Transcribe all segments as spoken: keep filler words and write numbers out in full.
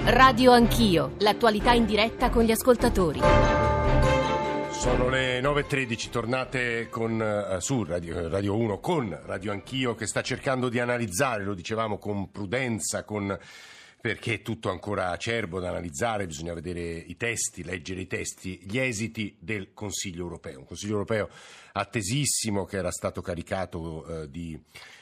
Radio Anch'io, l'attualità in diretta con gli ascoltatori. Sono le nove e tredici, tornate con, uh, su Radio, Radio uno con Radio Anch'io, che sta cercando di analizzare, lo dicevamo, con prudenza, con... perché è tutto ancora acerbo da analizzare, bisogna vedere i testi, leggere i testi, gli esiti del Consiglio europeo. Un Consiglio europeo attesissimo, che era stato caricato uh, di...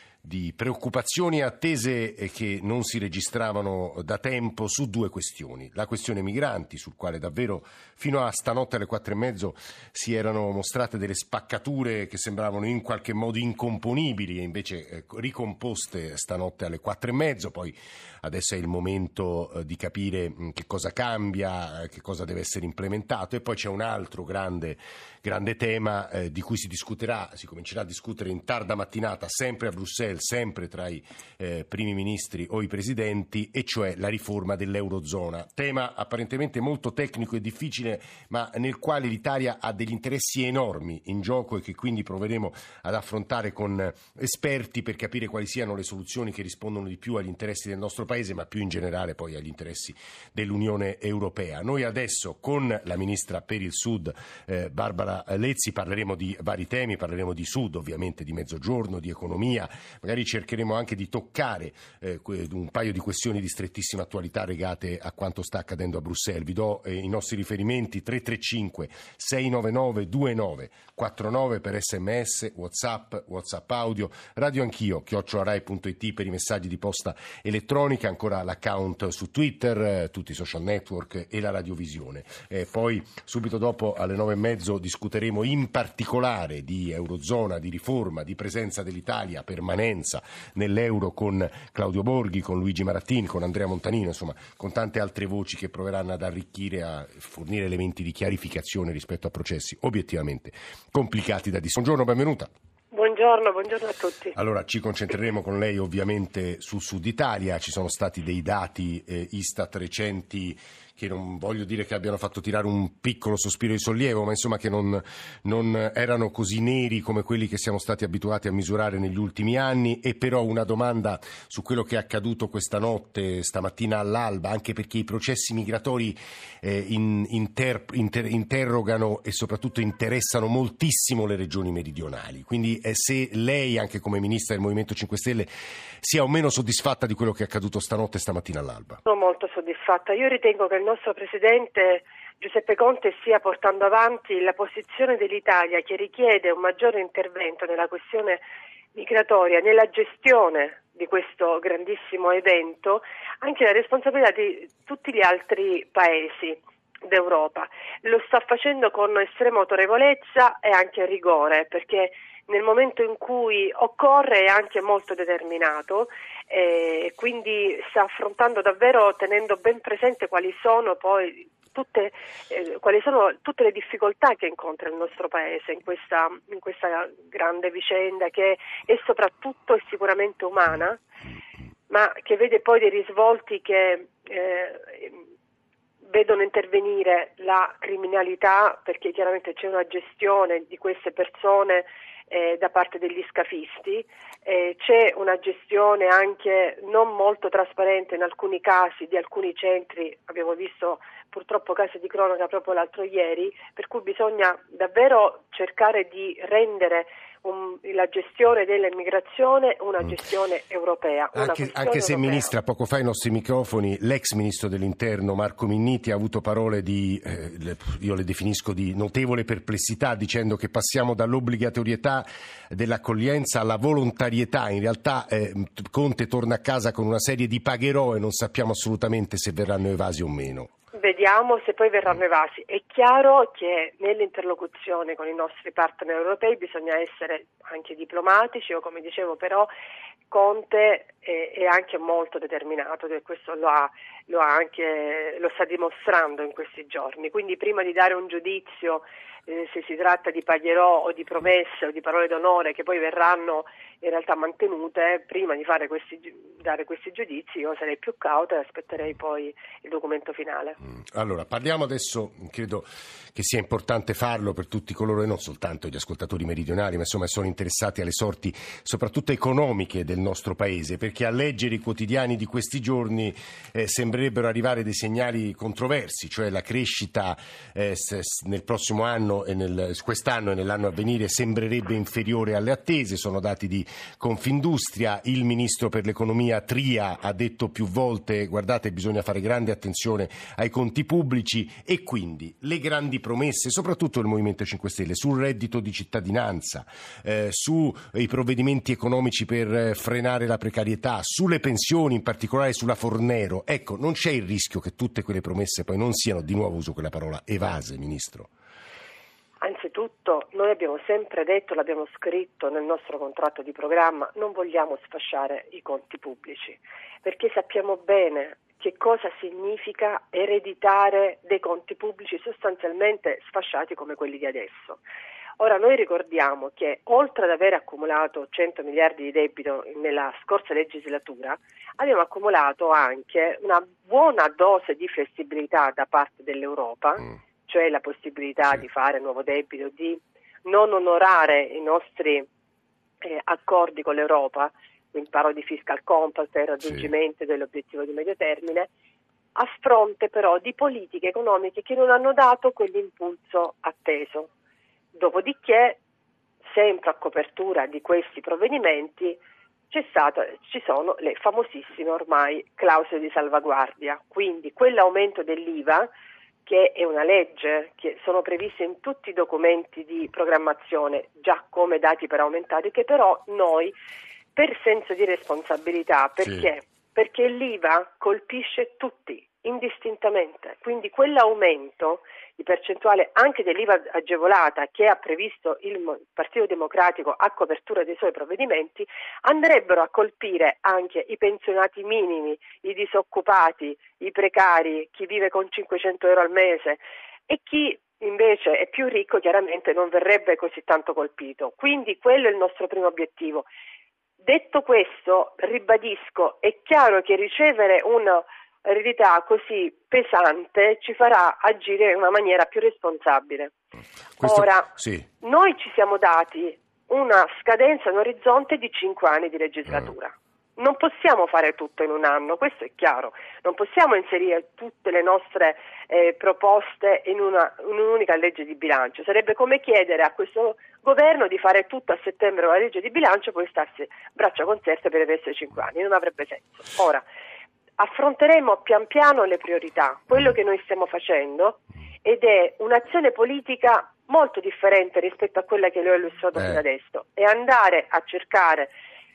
di preoccupazioni e attese che non si registravano da tempo su due questioni. La questione migranti, sul quale davvero fino a stanotte alle quattro e mezzo si erano mostrate delle spaccature che sembravano in qualche modo incomponibili e invece eh, ricomposte stanotte alle quattro e mezzo. Poi adesso è il momento eh, di capire mh, che cosa cambia, eh, che cosa deve essere implementato, e poi c'è un altro grande, grande tema eh, di cui si discuterà, si comincerà a discutere in tarda mattinata, sempre a Bruxelles, sempre tra i eh, primi ministri o i presidenti, e cioè la riforma dell'Eurozona. Tema apparentemente molto tecnico e difficile, ma nel quale l'Italia ha degli interessi enormi in gioco e che quindi proveremo ad affrontare con esperti per capire quali siano le soluzioni che rispondono di più agli interessi del nostro Paese, ma più in generale poi agli interessi dell'Unione Europea. Noi adesso con la Ministra per il Sud, eh, Barbara Lezzi, parleremo di vari temi, parleremo di Sud, ovviamente di Mezzogiorno, di economia. Magari cercheremo anche di toccare eh, un paio di questioni di strettissima attualità legate a quanto sta accadendo a Bruxelles. Vi do eh, i nostri riferimenti: tre tre cinque sei nove nove due nove quattro nove per sms, whatsapp, whatsapp audio, Radio Anch'io chiocciola rai punto it per i messaggi di posta elettronica, ancora l'account su Twitter, eh, tutti i social network e la radiovisione. Eh, poi subito dopo alle nove e mezzo discuteremo in particolare di Eurozona, di riforma, di presenza dell'Italia permanenza nell'euro con Claudio Borghi, con Luigi Marattini, con Andrea Montanino, insomma con tante altre voci che proveranno ad arricchire, a fornire elementi di chiarificazione rispetto a processi obiettivamente complicati da discutere. Buongiorno, benvenuta. Buongiorno, buongiorno a tutti. Allora, ci concentreremo con lei ovviamente sul Sud Italia. Ci sono stati dei dati eh, Istat recenti che non voglio dire che abbiano fatto tirare un piccolo sospiro di sollievo, ma insomma che non, non erano così neri come quelli che siamo stati abituati a misurare negli ultimi anni. E però una domanda su quello che è accaduto questa notte, stamattina all'alba, anche perché i processi migratori eh, in, inter, inter, interrogano e soprattutto interessano moltissimo le regioni meridionali. Quindi eh, se lei, anche come Ministra del Movimento cinque Stelle, sia o meno soddisfatta di quello che è accaduto stanotte e stamattina all'alba. Sono molto soddisfatta. Io ritengo che il nostro Presidente Giuseppe Conte stia portando avanti la posizione dell'Italia che richiede un maggiore intervento nella questione migratoria, nella gestione di questo grandissimo evento, anche la responsabilità di tutti gli altri paesi d'Europa. Lo sta facendo con estrema autorevolezza e anche rigore, perché nel momento in cui occorre è anche molto determinato e eh, quindi sta affrontando davvero, tenendo ben presente quali sono poi tutte, eh, quali sono tutte le difficoltà che incontra il nostro Paese in questa, in questa grande vicenda, che è soprattutto e sicuramente umana, ma che vede poi dei risvolti che eh, vedono intervenire la criminalità, perché chiaramente c'è una gestione di queste persone eh, da parte degli scafisti, eh, c'è una gestione anche non molto trasparente in alcuni casi di alcuni centri, abbiamo visto purtroppo casi di cronaca proprio l'altro ieri, per cui bisogna davvero cercare di rendere Un, la gestione dell'immigrazione una mm. gestione europea. Una anche, anche se europea. Ministra, poco fa ai nostri microfoni l'ex Ministro dell'Interno Marco Minniti ha avuto parole di, eh, le, io le definisco di notevole perplessità, dicendo che passiamo dall'obbligatorietà dell'accoglienza alla volontarietà. In realtà eh, Conte torna a casa con una serie di pagherò e non sappiamo assolutamente se verranno evasi o meno. Vediamo se poi verranno evasi. È chiaro che nell'interlocuzione con i nostri partner europei bisogna essere anche diplomatici, o come dicevo, però Conte è, è anche molto determinato, e questo lo ha, lo ha anche, lo sta dimostrando in questi giorni. Quindi prima di dare un giudizio eh, se si tratta di pagherò o di promesse o di parole d'onore che poi verranno in realtà mantenute, prima di fare questi, dare questi giudizi io sarei più cauta e aspetterei poi il documento finale. Allora, parliamo adesso, credo che sia importante farlo per tutti coloro, e non soltanto gli ascoltatori meridionali, ma insomma sono interessati alle sorti soprattutto economiche del nostro Paese, perché perché a leggere i quotidiani di questi giorni eh, sembrerebbero arrivare dei segnali controversi, cioè la crescita eh, nel prossimo anno e nel, quest'anno e nell'anno a venire sembrerebbe inferiore alle attese, sono dati di Confindustria. Il ministro per l'economia Tria ha detto più volte: guardate, bisogna fare grande attenzione ai conti pubblici, e quindi le grandi promesse, soprattutto del Movimento cinque Stelle, sul reddito di cittadinanza, eh, sui provvedimenti economici per frenare la precarietà, sulle pensioni, in particolare sulla Fornero. Ecco, non c'è il rischio che tutte quelle promesse poi non siano, di nuovo uso quella parola, evase, Ministro? Anzitutto, noi abbiamo sempre detto, l'abbiamo scritto nel nostro contratto di programma, non vogliamo sfasciare i conti pubblici, perché sappiamo bene che cosa significa ereditare dei conti pubblici sostanzialmente sfasciati come quelli di adesso. Ora, noi ricordiamo che oltre ad aver accumulato cento miliardi di debito nella scorsa legislatura, abbiamo accumulato anche una buona dose di flessibilità da parte dell'Europa, mm. cioè la possibilità sì. di fare nuovo debito, di non onorare i nostri eh, accordi con l'Europa, quindi parlo di fiscal compact per il raggiungimento sì. dell'obiettivo di medio termine, a fronte però di politiche economiche che non hanno dato quell'impulso atteso. Dopodiché, sempre a copertura di questi provvedimenti, c'è stata, ci sono le famosissime ormai clausole di salvaguardia, quindi quell'aumento dell'I V A, che è una legge, che sono previste in tutti i documenti di programmazione già come dati per aumentare, che però noi, per senso di responsabilità, perché? Sì. Perché l'I V A colpisce tutti, indistintamente, quindi quell'aumento di percentuale anche dell'I V A agevolata che ha previsto il Partito Democratico a copertura dei suoi provvedimenti andrebbero a colpire anche i pensionati minimi, i disoccupati, i precari, chi vive con cinquecento euro al mese, e chi invece è più ricco chiaramente non verrebbe così tanto colpito. Quindi quello è il nostro primo obiettivo. Detto questo, ribadisco, è chiaro che ricevere una eredità così pesante ci farà agire in una maniera più responsabile. Questo, Ora, sì. noi ci siamo dati una scadenza, un orizzonte di cinque anni di legislatura. Mm. Non possiamo fare tutto in un anno, questo è chiaro. Non possiamo inserire tutte le nostre eh, proposte in, una, in un'unica legge di bilancio. Sarebbe come chiedere a questo governo di fare tutto a settembre una legge di bilancio e poi starsi braccia concerte per il resto dei cinque anni. Non avrebbe senso. Ora, affronteremo pian piano le priorità, quello che noi stiamo facendo, ed è un'azione politica molto differente rispetto a quella che le ho illustrato eh. fino adesso, è andare a cercare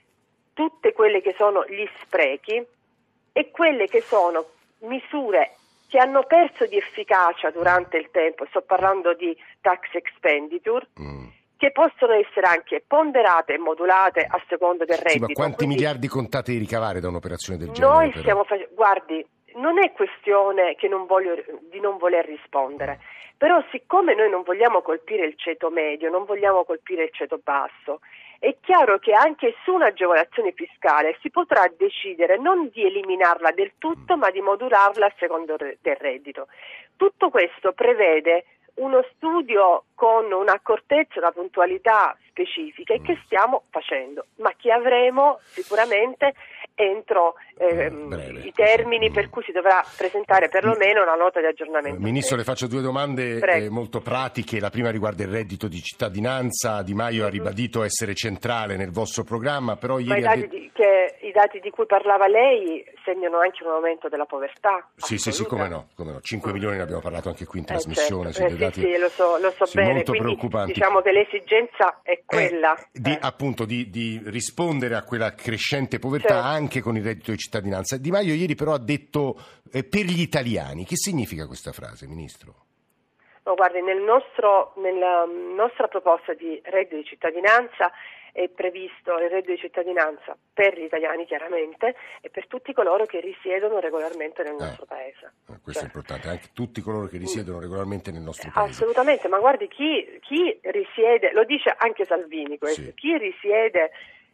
tutte quelle che sono gli sprechi e quelle che sono misure che hanno perso di efficacia durante il tempo, sto parlando di tax expenditure, mm. che possono essere anche ponderate e modulate a seconda del reddito. Sì, ma quanti Quindi, miliardi contate di ricavare da un'operazione del genere? Noi però? stiamo facendo, guardi, non è questione che non voglio, di non voler rispondere, però siccome noi non vogliamo colpire il ceto medio, non vogliamo colpire il ceto basso, è chiaro che anche su un'agevolazione fiscale si potrà decidere non di eliminarla del tutto, ma di modularla a seconda del reddito. Tutto questo prevede uno studio con un'accortezza e una puntualità specifiche che stiamo facendo, ma che avremo sicuramente entro ehm, i termini per cui si dovrà presentare perlomeno una nota di aggiornamento. Ministro, le faccio due domande eh, molto pratiche. La prima riguarda il reddito di cittadinanza. Di Maio ha ribadito essere centrale nel vostro programma, però ieri... Ma i dati, di, che, i dati di cui parlava lei segnano anche un aumento della povertà. Sì, sì, sì, come no, come no. cinque milioni ne abbiamo parlato anche qui in trasmissione. Eh, certo. eh, dati, sì, sì, lo so, lo so sì, bene, molto quindi preoccupanti. Diciamo che l'esigenza è quella. Eh, di, eh. appunto, di, di rispondere a quella crescente povertà, certo, anche con il reddito di cittadinanza. Di Maio ieri però ha detto eh, per gli italiani. Che significa questa frase, Ministro? No, guardi, nel nostro, nella nostra proposta di reddito di cittadinanza è previsto il reddito di cittadinanza per gli italiani chiaramente e per tutti coloro che risiedono regolarmente nel nostro eh, paese. Eh, questo cioè, è importante, anche tutti coloro che risiedono mm, regolarmente nel nostro paese. Assolutamente, ma guardi, chi, chi risiede, lo dice anche Salvini questo, sì, chi risiede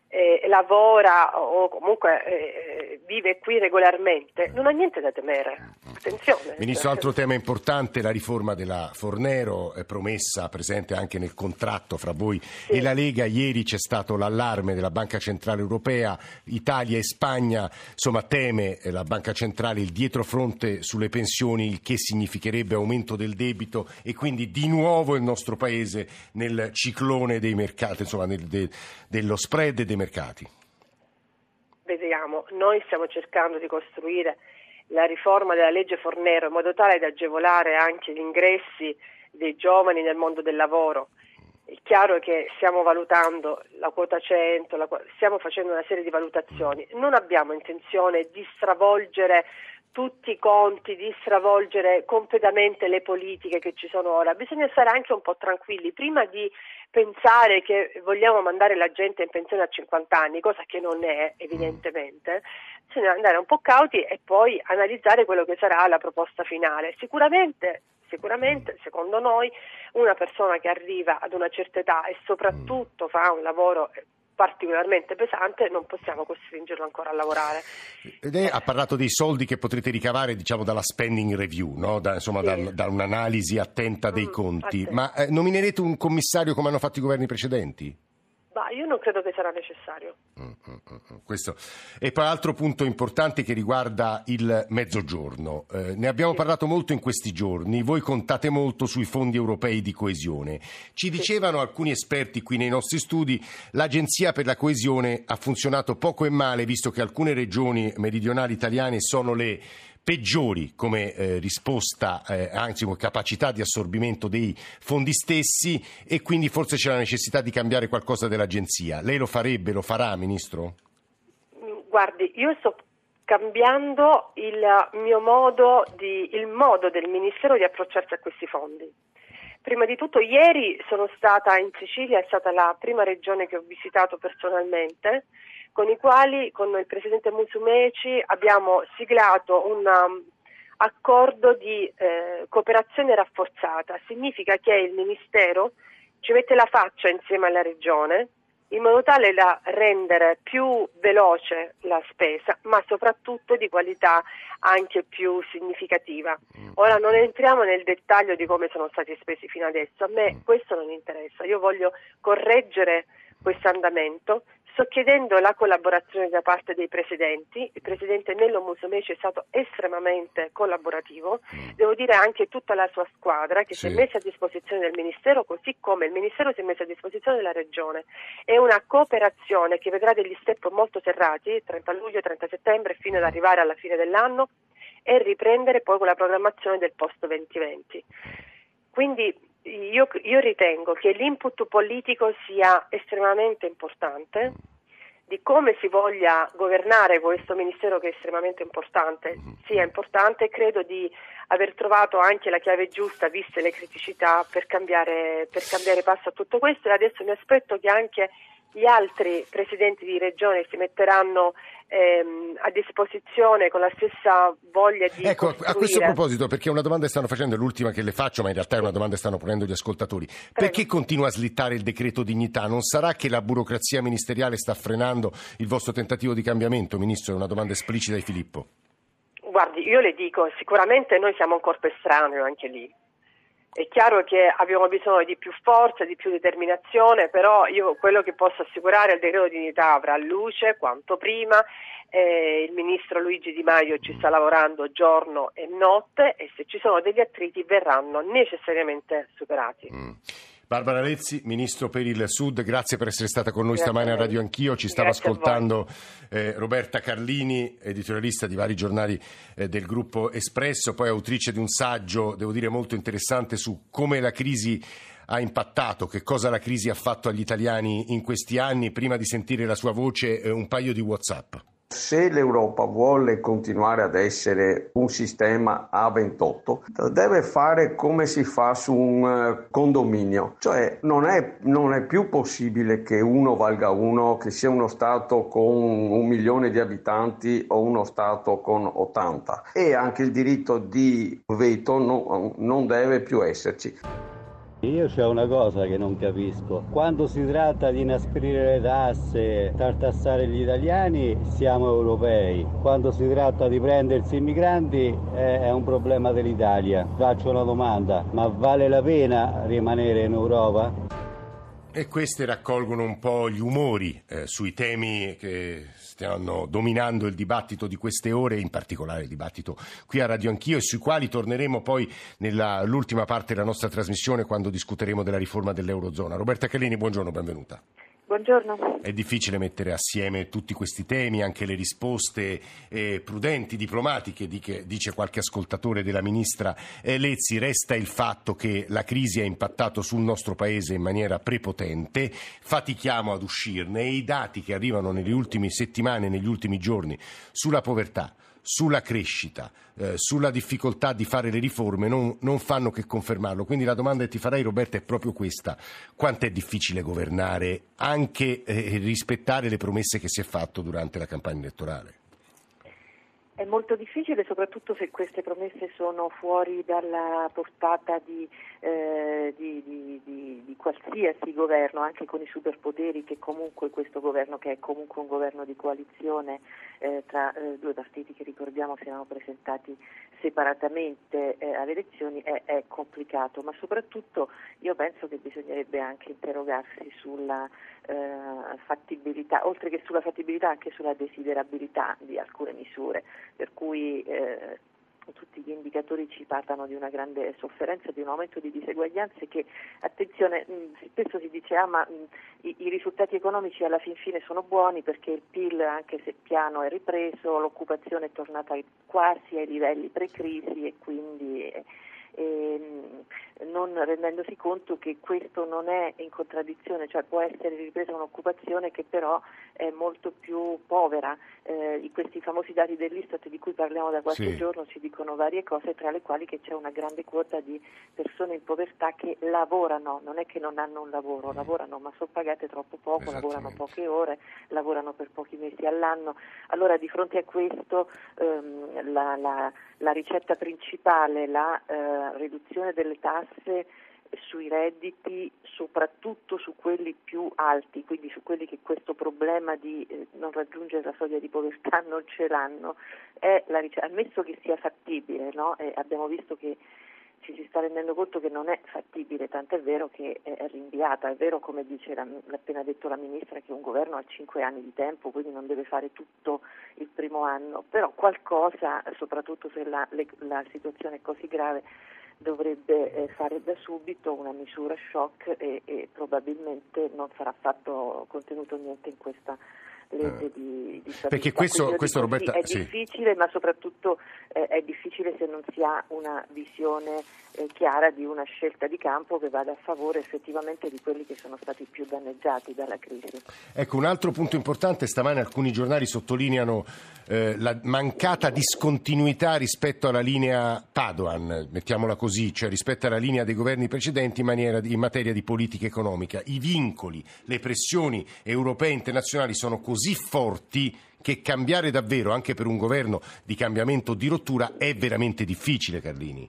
eh, lavora o comunque eh, vive qui regolarmente, non ha niente da temere. Attenzione. Ministro, altro tema importante, la riforma della Fornero, eh, promessa presente anche nel contratto fra voi sì. e la Lega. Ieri c'è stato l'allarme della Banca Centrale Europea, Italia e Spagna, insomma teme eh, la Banca Centrale il dietrofront sulle pensioni, il che significherebbe aumento del debito e quindi di nuovo il nostro Paese nel ciclone dei mercati, insomma nel, de, dello spread dei mercati. Vediamo, noi stiamo cercando di costruire la riforma della legge Fornero in modo tale da agevolare anche gli ingressi dei giovani nel mondo del lavoro. È chiaro che stiamo valutando la quota cento, la, stiamo facendo una serie di valutazioni. Non abbiamo intenzione di stravolgere tutti i conti, di stravolgere completamente le politiche che ci sono ora. Bisogna stare anche un po' tranquilli prima di pensare che vogliamo mandare la gente in pensione a cinquanta anni, cosa che non è evidentemente. Bisogna andare un po' cauti e poi analizzare quello che sarà la proposta finale. Sicuramente, sicuramente, secondo noi, una persona che arriva ad una certa età e soprattutto fa un lavoro particolarmente pesante, non possiamo costringerlo ancora a lavorare. Lei ha parlato dei soldi che potrete ricavare, diciamo, dalla spending review, no? da, insomma, sì. da, da un'analisi attenta dei mm, conti. Attenta. Ma eh, nominerete un commissario come hanno fatto i governi precedenti? Bah, io non credo che sarà necessario. Mm, mm, mm, questo. E poi altro punto importante che riguarda il Mezzogiorno. Eh, ne abbiamo sì. parlato molto in questi giorni. Voi contate molto sui fondi europei di coesione. Ci dicevano sì. alcuni esperti qui nei nostri studi, l'Agenzia per la Coesione ha funzionato poco e male, visto che alcune regioni meridionali italiane sono le peggiori come eh, risposta, eh, anzi come capacità di assorbimento dei fondi stessi, e quindi forse c'è la necessità di cambiare qualcosa dell'agenzia. Lei lo farebbe, lo farà, Ministro? Guardi, io sto cambiando il mio modo, di, il modo del Ministero di approcciarsi a questi fondi. Prima di tutto, ieri sono stata in Sicilia, è stata la prima regione che ho visitato personalmente, con i quali, con il Presidente Musumeci, abbiamo siglato un um, accordo di eh, cooperazione rafforzata. Significa che il Ministero ci mette la faccia insieme alla Regione, in modo tale da rendere più veloce la spesa, ma soprattutto di qualità anche più significativa. Ora non entriamo nel dettaglio di come sono stati spesi fino adesso, a me questo non interessa, io voglio correggere questo andamento. Sto chiedendo la collaborazione da parte dei presidenti, il presidente Nello Musumeci è stato estremamente collaborativo, devo dire anche tutta la sua squadra che sì. si è messa a disposizione del Ministero, così come il Ministero si è messo a disposizione della Regione. È una cooperazione che vedrà degli step molto serrati, trenta luglio, trenta settembre, fino ad arrivare alla fine dell'anno e riprendere poi con la programmazione del post duemilaventi. Quindi Io, io ritengo che l'input politico sia estremamente importante, di come si voglia governare questo Ministero che è estremamente importante, sia importante, e credo di aver trovato anche la chiave giusta, viste le criticità, per cambiare, per cambiare passo a tutto questo, e adesso mi aspetto che anche gli altri presidenti di regione si metteranno ehm, a disposizione con la stessa voglia di Ecco, costruire. A questo proposito, perché una domanda stanno facendo, è l'ultima che le faccio, ma in realtà è una domanda che stanno ponendo gli ascoltatori. Prego. Perché continua a slittare il decreto dignità? Non sarà che la burocrazia ministeriale sta frenando il vostro tentativo di cambiamento, Ministro? È una domanda esplicita di Filippo. Guardi, io le dico, sicuramente noi siamo un corpo estraneo anche lì. È chiaro che abbiamo bisogno di più forza, di più determinazione, però io quello che posso assicurare è il decreto dignità avrà luce quanto prima, eh, il Ministro Luigi Di Maio ci sta lavorando giorno e notte e se ci sono degli attriti verranno necessariamente superati. Mm. Barbara Lezzi, Ministro per il Sud, grazie per essere stata con noi grazie stamane a Radio Anch'io. Ci stava grazie ascoltando eh, Roberta Carlini, editorialista di vari giornali eh, del gruppo Espresso, poi autrice di un saggio, devo dire, molto interessante su come la crisi ha impattato, che cosa la crisi ha fatto agli italiani in questi anni. Prima di sentire la sua voce, eh, un paio di WhatsApp. Se l'Europa vuole continuare ad essere un sistema a ventotto, deve fare come si fa su un condominio, cioè non è, non è più possibile che uno valga uno, che sia uno Stato con un milione di abitanti o uno Stato con ottanta, e anche il diritto di veto non, non deve più esserci. Io c'è una cosa che non capisco, quando si tratta di inasprire le tasse, tartassare gli italiani, siamo europei, quando si tratta di prendersi i migranti è, è un problema dell'Italia. Faccio una domanda, ma vale la pena rimanere in Europa? E queste raccolgono un po' gli umori eh, sui temi che stanno dominando il dibattito di queste ore, in particolare il dibattito qui a Radio Anch'io, e sui quali torneremo poi nell'ultima parte della nostra trasmissione quando discuteremo della riforma dell'Eurozona. Roberta Callini, buongiorno, benvenuta. Buongiorno. È difficile mettere assieme tutti questi temi, anche le risposte eh, prudenti, diplomatiche, di che, dice qualche ascoltatore della ministra eh, Lezzi. Resta il fatto che la crisi ha impattato sul nostro paese in maniera prepotente, fatichiamo ad uscirne e i dati che arrivano nelle ultime settimane, negli ultimi giorni, sulla povertà, sulla crescita, eh, sulla difficoltà di fare le riforme non, non fanno che confermarlo. Quindi la domanda che ti farei, Roberta, è proprio questa: quanto è difficile governare, anche eh, rispettare le promesse che si è fatto durante la campagna elettorale? È molto difficile, soprattutto se queste promesse sono fuori dalla portata di, eh, di, di, di, di qualsiasi governo, anche con i superpoteri che comunque questo governo, che è comunque un governo di coalizione eh, tra eh, due partiti che ricordiamo si erano presentati separatamente eh, alle elezioni, è, è complicato, ma soprattutto io penso che bisognerebbe anche interrogarsi sulla eh, fattibilità, oltre che sulla fattibilità anche sulla desiderabilità di alcune misure. Per cui eh, tutti gli indicatori ci parlano di una grande sofferenza, di un aumento di diseguaglianze che, attenzione, mh, spesso si dice ah ma mh, i, i risultati economici alla fin fine sono buoni perché il P I L, anche se piano, è ripreso, l'occupazione è tornata quasi ai livelli pre-crisi e quindi eh, eh, non rendendosi conto che questo non è in contraddizione, cioè può essere ripresa un'occupazione che però è molto più povera. Eh, questi famosi dati dell'Istat di cui parliamo da qualche Sì. giorno ci dicono varie cose, tra le quali che c'è una grande quota di persone in povertà che lavorano, non è che non hanno un lavoro, mm. lavorano ma sono pagate troppo poco, lavorano poche ore, lavorano per pochi mesi all'anno. Allora di fronte a questo ehm, la, la, la ricetta principale, la eh, riduzione delle tasse sui redditi, soprattutto su quelli più alti, quindi su quelli che questo problema di eh, non raggiungere la soglia di povertà non ce l'hanno, è la ricetta, ammesso che sia fattibile, no? E abbiamo visto che ci si sta rendendo conto che non è fattibile, tant'è vero che è rinviata. È vero, come dice l'ha appena detto la ministra, che un governo ha cinque anni di tempo, quindi non deve fare tutto il primo anno, però qualcosa, soprattutto se la, le, la situazione è così grave, dovrebbe eh, fare da subito una misura shock e, e probabilmente non sarà fatto contenuto niente in questa legge di, di stabilità. Perché questo, questo dico, Roberta, sì, è sì. difficile, ma soprattutto eh, è difficile se non si ha una visione eh, chiara di una scelta di campo che vada a favore effettivamente di quelli che sono stati più danneggiati dalla crisi. Ecco, un altro punto importante: stamane alcuni giornali sottolineano eh, la mancata discontinuità rispetto alla linea Padoan, mettiamola così, cioè rispetto alla linea dei governi precedenti in, maniera di, in materia di politica economica. I vincoli, le pressioni europee e internazionali sono così forti che cambiare davvero, anche per un governo di cambiamento o di rottura, è veramente difficile, Carlini.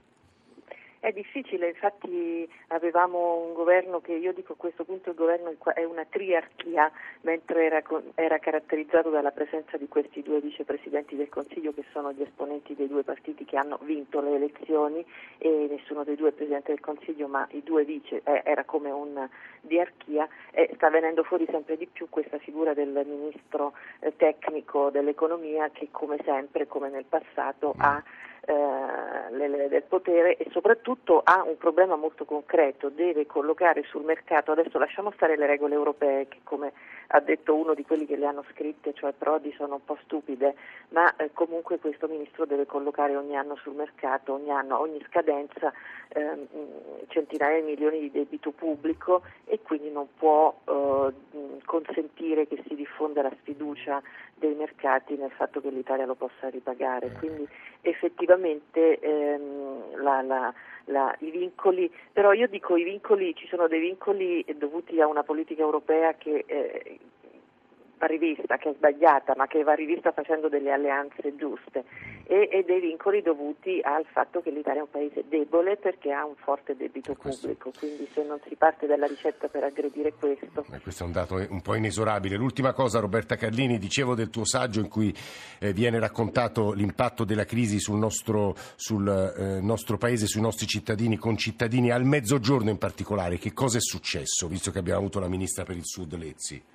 È difficile, infatti avevamo un governo che, io dico a questo punto il governo è una triarchia, mentre era, era caratterizzato dalla presenza di questi due vicepresidenti del Consiglio che sono gli esponenti dei due partiti che hanno vinto le elezioni, e nessuno dei due è presidente del Consiglio, ma i due vice, eh, era come una diarchia, e sta venendo fuori sempre di più questa figura del ministro eh, tecnico dell'economia che, come sempre, come nel passato, ha Eh, le leve del potere e soprattutto ha un problema molto concreto: deve collocare sul mercato, adesso lasciamo stare le regole europee che, come ha detto uno di quelli che le hanno scritte, cioè Prodi, sono un po' stupide, ma eh, comunque questo ministro deve collocare ogni anno sul mercato, ogni anno, ogni scadenza, eh, centinaia di milioni di debito pubblico, e quindi non può eh, consentire che si diffonda la sfiducia dei mercati nel fatto che l'Italia lo possa ripagare. Quindi effettivamente ehm, la, la, la, i vincoli, però io dico i vincoli, ci sono dei vincoli dovuti a una politica europea che eh, va rivista, che è sbagliata, ma che va rivista facendo delle alleanze giuste, e, e dei vincoli dovuti al fatto che l'Italia è un paese debole perché ha un forte debito pubblico, quindi se non si parte dalla ricetta per aggredire questo. Eh, questo è un dato un po' inesorabile. L'ultima cosa, Roberta Carlini, dicevo del tuo saggio in cui eh, viene raccontato l'impatto della crisi sul nostro, sul eh, nostro paese, sui nostri cittadini, concittadini, al Mezzogiorno in particolare. Che cosa è successo, visto che abbiamo avuto la Ministra per il Sud, Lezzi?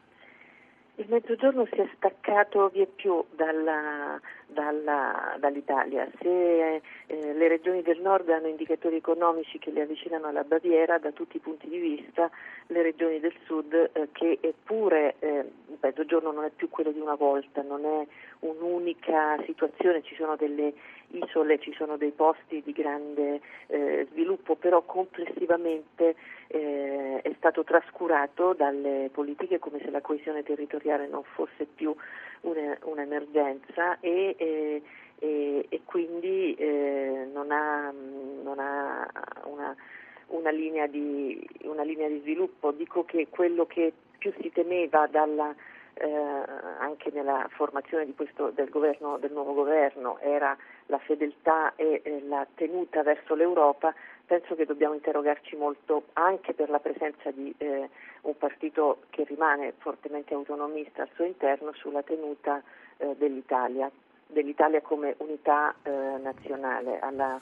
Il Mezzogiorno si è staccato vie più dalla, dalla, dall'Italia. Se eh, le regioni del nord hanno indicatori economici che le avvicinano alla Baviera da tutti i punti di vista, le regioni del sud, eh, che eppure eh, il Mezzogiorno non è più quello di una volta, non è un'unica situazione, ci sono delle isole, ci sono dei posti di grande eh, sviluppo, però complessivamente eh, è stato trascurato dalle politiche come se la coesione territoriale non fosse più una, un'emergenza e, e, e, e quindi eh, non ha, non ha una, una, linea di, una linea di sviluppo. Dico che quello che più si temeva dalla Eh, anche nella formazione di questo, del governo, del nuovo governo, era la fedeltà e eh, la tenuta verso l'Europa. Penso che dobbiamo interrogarci molto anche per la presenza di eh, un partito che rimane fortemente autonomista al suo interno sulla tenuta eh, dell'Italia, dell'Italia come unità eh, nazionale. Alla,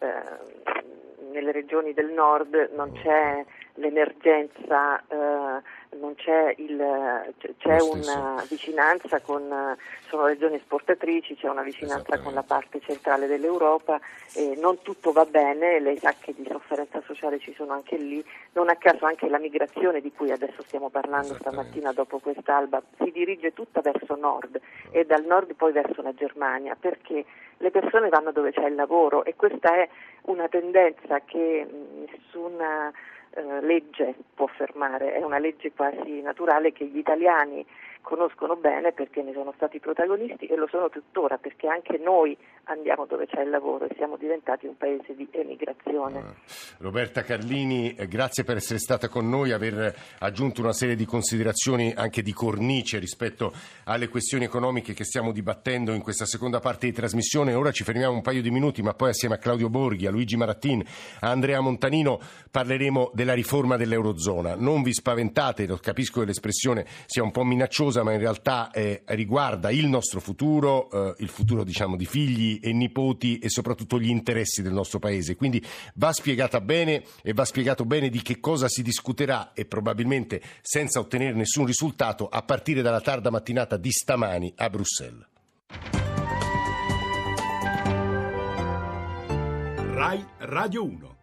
eh, nelle regioni del nord non c'è l'emergenza, eh, non c'è il c'è una vicinanza con, sono regioni esportatrici, c'è una vicinanza con la parte centrale dell'Europa, e non tutto va bene, lei sa che di sofferenza sociale ci sono anche lì, non a caso anche la migrazione di cui adesso stiamo parlando stamattina dopo quest'alba si dirige tutta verso nord e dal nord poi verso la Germania, perché le persone vanno dove c'è il lavoro, e questa è una tendenza che nessuna eh, legge può fermare, è una legge quasi naturale che gli italiani conoscono bene perché ne sono stati protagonisti e lo sono tuttora, perché anche noi andiamo dove c'è il lavoro e siamo diventati un paese di emigrazione. Ah. Roberta Carlini, eh, grazie per essere stata con noi, aver aggiunto una serie di considerazioni anche di cornice rispetto alle questioni economiche che stiamo dibattendo in questa seconda parte di trasmissione. Ora ci fermiamo un paio di minuti, ma poi assieme a Claudio Borghi, a Luigi Marattin, a Andrea Montanino parleremo della riforma dell'Eurozona. Non vi spaventate, lo capisco che l'espressione sia un po' minacciosa, ma in realtà eh, riguarda il nostro futuro, eh, il futuro diciamo di figli e nipoti e soprattutto gli interessi del nostro paese. Quindi va spiegata bene e va spiegato bene di che cosa si discuterà, e probabilmente senza ottenere nessun risultato, a partire dalla tarda mattinata di stamani a Bruxelles. Rai Radio uno.